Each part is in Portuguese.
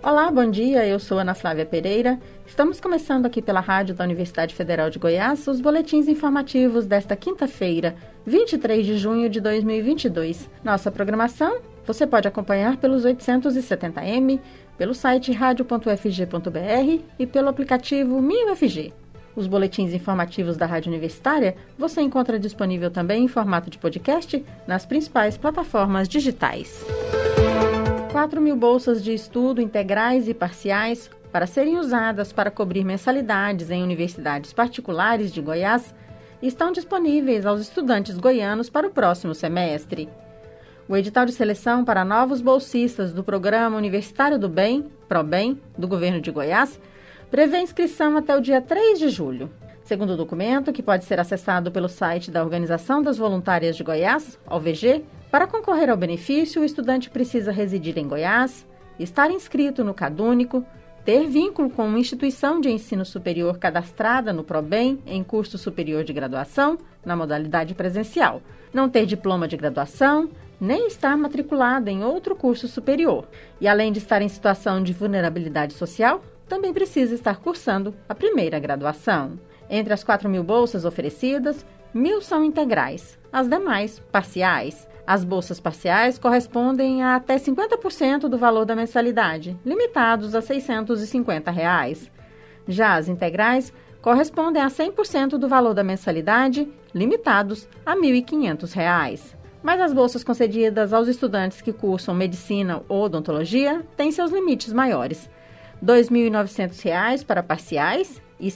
Olá, bom dia, eu sou Ana Flávia Pereira. Estamos começando aqui pela rádio da Universidade Federal de Goiás os boletins informativos desta quinta-feira, 23 de junho de 2022. Nossa programação você pode acompanhar pelos 870M, pelo site radio.ufg.br e pelo aplicativo MinUFG. Os boletins informativos da Rádio Universitária você encontra disponível também em formato de podcast nas principais plataformas digitais. 4.000 bolsas de estudo integrais e parciais para serem usadas para cobrir mensalidades em universidades particulares de Goiás estão disponíveis aos estudantes goianos para o próximo semestre. O edital de seleção para novos bolsistas do Programa Universitário do Bem, ProBem, do Governo de Goiás, prevê inscrição até o dia 3 de julho. Segundo o documento, que pode ser acessado pelo site da Organização das Voluntárias de Goiás, OVG, para concorrer ao benefício, o estudante precisa residir em Goiás, estar inscrito no CadÚnico, ter vínculo com uma instituição de ensino superior cadastrada no ProBem em curso superior de graduação, na modalidade presencial, não ter diploma de graduação, nem estar matriculado em outro curso superior. E além de estar em situação de vulnerabilidade social, também precisa estar cursando a primeira graduação. Entre as 4.000 bolsas oferecidas, 1.000 são integrais, as demais parciais. As bolsas parciais correspondem a até 50% do valor da mensalidade, limitados a R$ 650. Já as integrais correspondem a 100% do valor da mensalidade, limitados a R$ 1.500. Mas as bolsas concedidas aos estudantes que cursam medicina ou odontologia têm seus limites maiores. R$ 2.900 para parciais e R$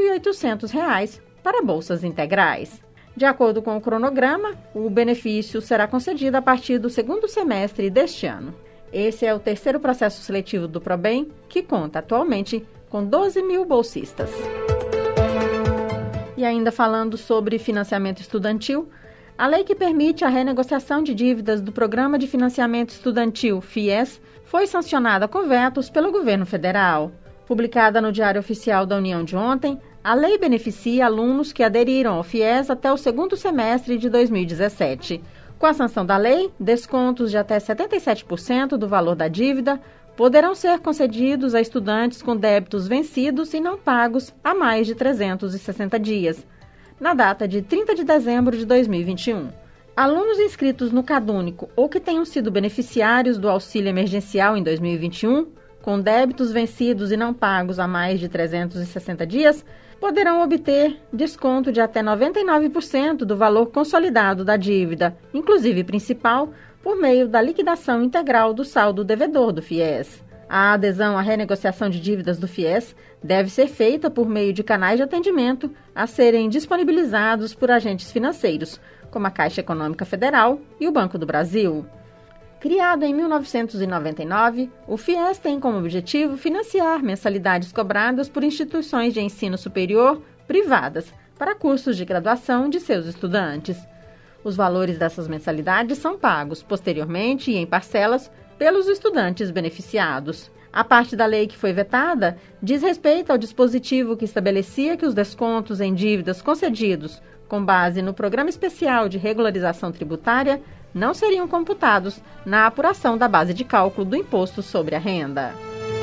5.800 para bolsas integrais. De acordo com o cronograma, o benefício será concedido a partir do segundo semestre deste ano. Esse é o terceiro processo seletivo do ProBem, que conta atualmente com 12.000 bolsistas. E ainda falando sobre financiamento estudantil, a lei que permite a renegociação de dívidas do Programa de Financiamento Estudantil, FIES, foi sancionada com vetos pelo governo federal. Publicada no Diário Oficial da União de ontem, a lei beneficia alunos que aderiram ao FIES até o segundo semestre de 2017. Com a sanção da lei, descontos de até 77% do valor da dívida poderão ser concedidos a estudantes com débitos vencidos e não pagos há mais de 360 dias, na data de 30 de dezembro de 2021. Alunos inscritos no CadÚnico ou que tenham sido beneficiários do auxílio emergencial em 2021, com débitos vencidos e não pagos há mais de 360 dias, poderão obter desconto de até 99% do valor consolidado da dívida, inclusive principal, por meio da liquidação integral do saldo devedor do FIES. A adesão à renegociação de dívidas do FIES deve ser feita por meio de canais de atendimento a serem disponibilizados por agentes financeiros, como a Caixa Econômica Federal e o Banco do Brasil. Criado em 1999, o FIES tem como objetivo financiar mensalidades cobradas por instituições de ensino superior privadas para cursos de graduação de seus estudantes. Os valores dessas mensalidades são pagos posteriormente e em parcelas pelos estudantes beneficiados. A parte da lei que foi vetada diz respeito ao dispositivo que estabelecia que os descontos em dívidas concedidos com base no Programa Especial de Regularização Tributária não seriam computados na apuração da base de cálculo do Imposto sobre a Renda.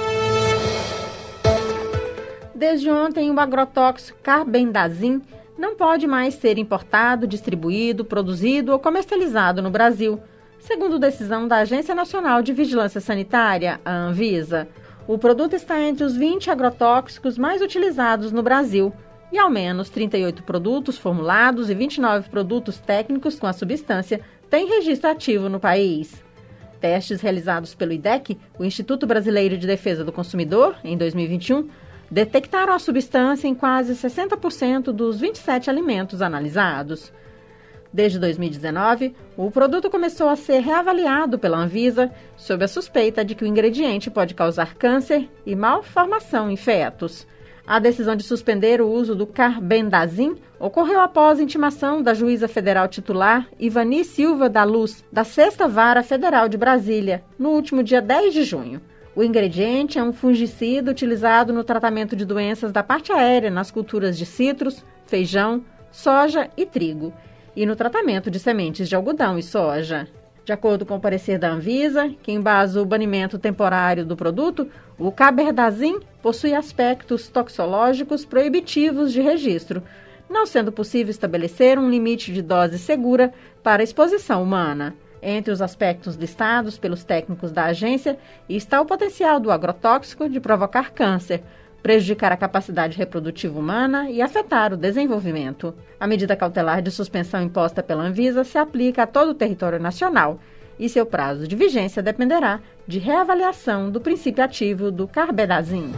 Desde ontem, o agrotóxico carbendazim não pode mais ser importado, distribuído, produzido ou comercializado no Brasil, segundo decisão da Agência Nacional de Vigilância Sanitária, a Anvisa. O produto está entre os 20 agrotóxicos mais utilizados no Brasil, e ao menos 38 produtos formulados e 29 produtos técnicos com a substância têm registro ativo no país. Testes realizados pelo IDEC, o Instituto Brasileiro de Defesa do Consumidor, em 2021, detectaram a substância em quase 60% dos 27 alimentos analisados. Desde 2019, o produto começou a ser reavaliado pela Anvisa sob a suspeita de que o ingrediente pode causar câncer e malformação em fetos. A decisão de suspender o uso do carbendazim ocorreu após a intimação da juíza federal titular Ivani Silva da Luz, da 6ª Vara Federal de Brasília, no último dia 10 de junho. O ingrediente é um fungicida utilizado no tratamento de doenças da parte aérea nas culturas de citros, feijão, soja e trigo, e no tratamento de sementes de algodão e soja. De acordo com o parecer da Anvisa, que embasa o banimento temporário do produto, o carbendazim possui aspectos toxicológicos proibitivos de registro, não sendo possível estabelecer um limite de dose segura para a exposição humana. Entre os aspectos listados pelos técnicos da agência está o potencial do agrotóxico de provocar câncer, prejudicar a capacidade reprodutiva humana e afetar o desenvolvimento. A medida cautelar de suspensão imposta pela Anvisa se aplica a todo o território nacional e seu prazo de vigência dependerá de reavaliação do princípio ativo do carbendazim.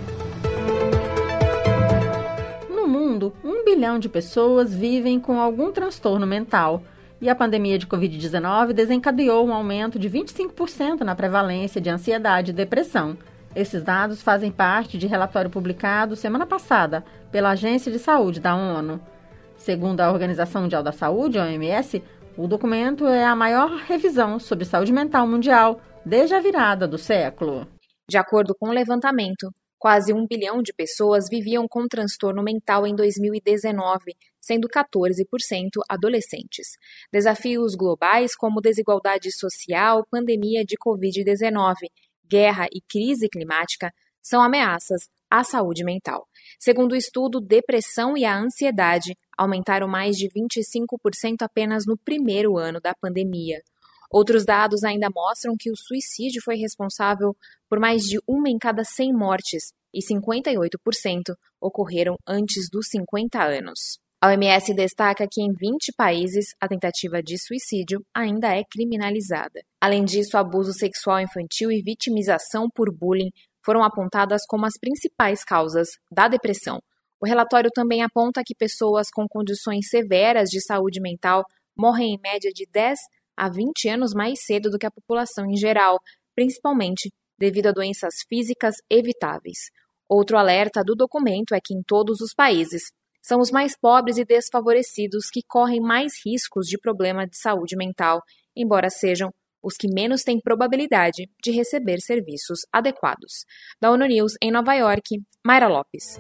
No mundo, 1 bilhão de pessoas vivem com algum transtorno mental e a pandemia de Covid-19 desencadeou um aumento de 25% na prevalência de ansiedade e depressão. Esses dados fazem parte de relatório publicado semana passada pela Agência de Saúde da ONU. Segundo a Organização Mundial da Saúde, OMS, o documento é a maior revisão sobre saúde mental mundial desde a virada do século. De acordo com o levantamento, quase 1 bilhão de pessoas viviam com transtorno mental em 2019, sendo 14% adolescentes. Desafios globais como desigualdade social, pandemia de Covid-19, guerra e crise climática são ameaças à saúde mental. Segundo o estudo, depressão e a ansiedade aumentaram mais de 25% apenas no primeiro ano da pandemia. Outros dados ainda mostram que o suicídio foi responsável por mais de 1 em cada 100 mortes e 58% ocorreram antes dos 50 anos. A OMS destaca que em 20 países a tentativa de suicídio ainda é criminalizada. Além disso, abuso sexual infantil e vitimização por bullying foram apontadas como as principais causas da depressão. O relatório também aponta que pessoas com condições severas de saúde mental morrem em média de 10 a 20 anos mais cedo do que a população em geral, principalmente devido a doenças físicas evitáveis. Outro alerta do documento é que em todos os países, são os mais pobres e desfavorecidos que correm mais riscos de problema de saúde mental, embora sejam os que menos têm probabilidade de receber serviços adequados. Da ONU News, em Nova York, Mayra Lopes.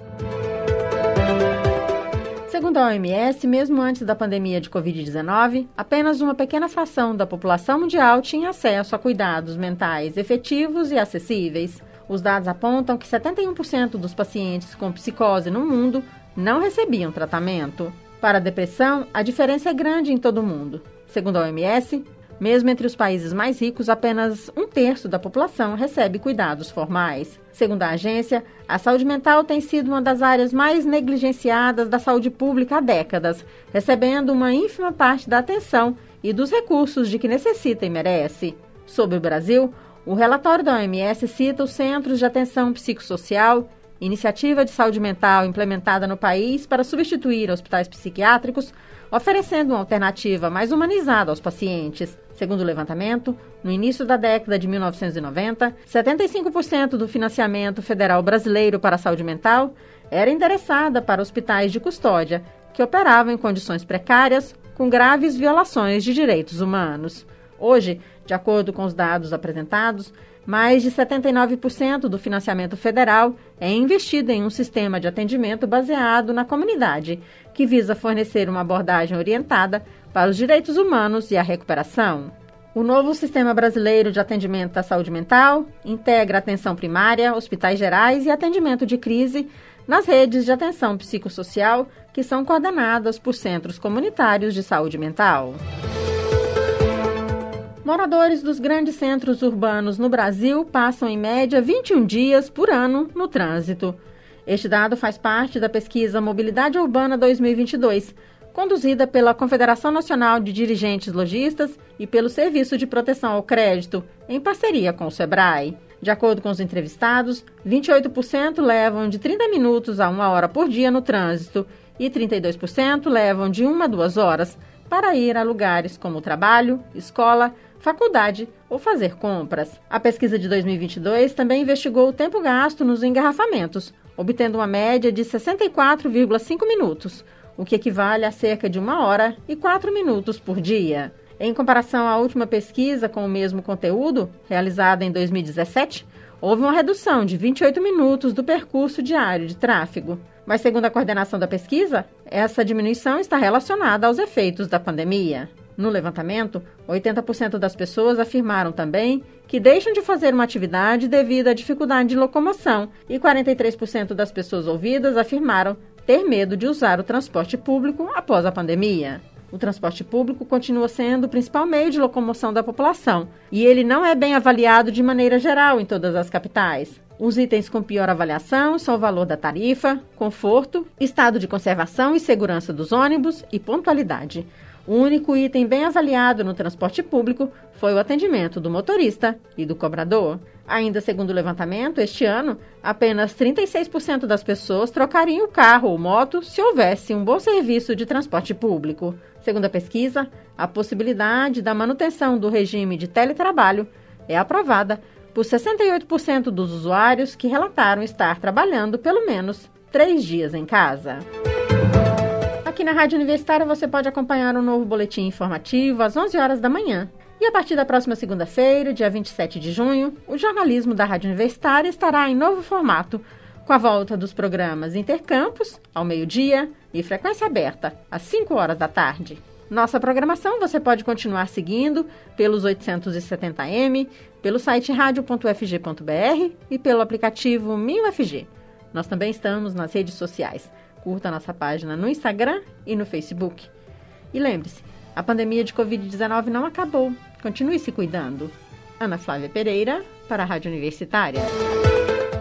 Segundo a OMS, mesmo antes da pandemia de Covid-19, apenas uma pequena fração da população mundial tinha acesso a cuidados mentais efetivos e acessíveis. Os dados apontam que 71% dos pacientes com psicose no mundo não recebiam tratamento. Para a depressão, a diferença é grande em todo o mundo. Segundo a OMS, mesmo entre os países mais ricos, apenas 1/3 da população recebe cuidados formais. Segundo a agência, a saúde mental tem sido uma das áreas mais negligenciadas da saúde pública há décadas, recebendo uma ínfima parte da atenção e dos recursos de que necessita e merece. Sobre o Brasil, o relatório da OMS cita os Centros de Atenção Psicossocial, iniciativa de saúde mental implementada no país para substituir hospitais psiquiátricos, oferecendo uma alternativa mais humanizada aos pacientes. Segundo o levantamento, no início da década de 1990, 75% do financiamento federal brasileiro para a saúde mental era endereçada para hospitais de custódia, que operavam em condições precárias, com graves violações de direitos humanos. Hoje, de acordo com os dados apresentados, mais de 79% do financiamento federal é investido em um sistema de atendimento baseado na comunidade, que visa fornecer uma abordagem orientada para os direitos humanos e a recuperação. O novo Sistema Brasileiro de Atendimento da Saúde Mental integra atenção primária, hospitais gerais e atendimento de crise nas redes de atenção psicossocial, que são coordenadas por centros comunitários de saúde mental. Moradores dos grandes centros urbanos no Brasil passam em média 21 dias por ano no trânsito. Este dado faz parte da pesquisa Mobilidade Urbana 2022, conduzida pela Confederação Nacional de Dirigentes Lojistas e pelo Serviço de Proteção ao Crédito, em parceria com o Sebrae. De acordo com os entrevistados, 28% levam de 30 minutos a 1 hora por dia no trânsito e 32% levam de 1 a 2 horas para ir a lugares como trabalho, escola, faculdade ou fazer compras. A pesquisa de 2022 também investigou o tempo gasto nos engarrafamentos, obtendo uma média de 64,5 minutos, o que equivale a cerca de 1 hora e 4 minutos por dia. Em comparação à última pesquisa com o mesmo conteúdo, realizada em 2017, houve uma redução de 28 minutos do percurso diário de tráfego. Mas, segundo a coordenação da pesquisa, essa diminuição está relacionada aos efeitos da pandemia. No levantamento, 80% das pessoas afirmaram também que deixam de fazer uma atividade devido à dificuldade de locomoção e 43% das pessoas ouvidas afirmaram ter medo de usar o transporte público após a pandemia. O transporte público continua sendo o principal meio de locomoção da população e ele não é bem avaliado de maneira geral em todas as capitais. Os itens com pior avaliação são o valor da tarifa, conforto, estado de conservação e segurança dos ônibus e pontualidade. O único item bem avaliado no transporte público foi o atendimento do motorista e do cobrador. Ainda segundo o levantamento, este ano, apenas 36% das pessoas trocariam o carro ou moto se houvesse um bom serviço de transporte público. Segundo a pesquisa, a possibilidade da manutenção do regime de teletrabalho é aprovada por 68% dos usuários que relataram estar trabalhando pelo menos 3 dias em casa. Aqui na Rádio Universitária você pode acompanhar um novo boletim informativo às 11 horas da manhã. E a partir da próxima segunda-feira, dia 27 de junho, o jornalismo da Rádio Universitária estará em novo formato, com a volta dos programas Intercampus, ao meio-dia, e Frequência Aberta, às 5 horas da tarde. Nossa programação você pode continuar seguindo pelos 870M, pelo site radio.ufg.br e pelo aplicativo MinUFG. Nós também estamos nas redes sociais. Curta nossa página no Instagram e no Facebook. E lembre-se, a pandemia de Covid-19 não acabou. Continue se cuidando. Ana Flávia Pereira, para a Rádio Universitária.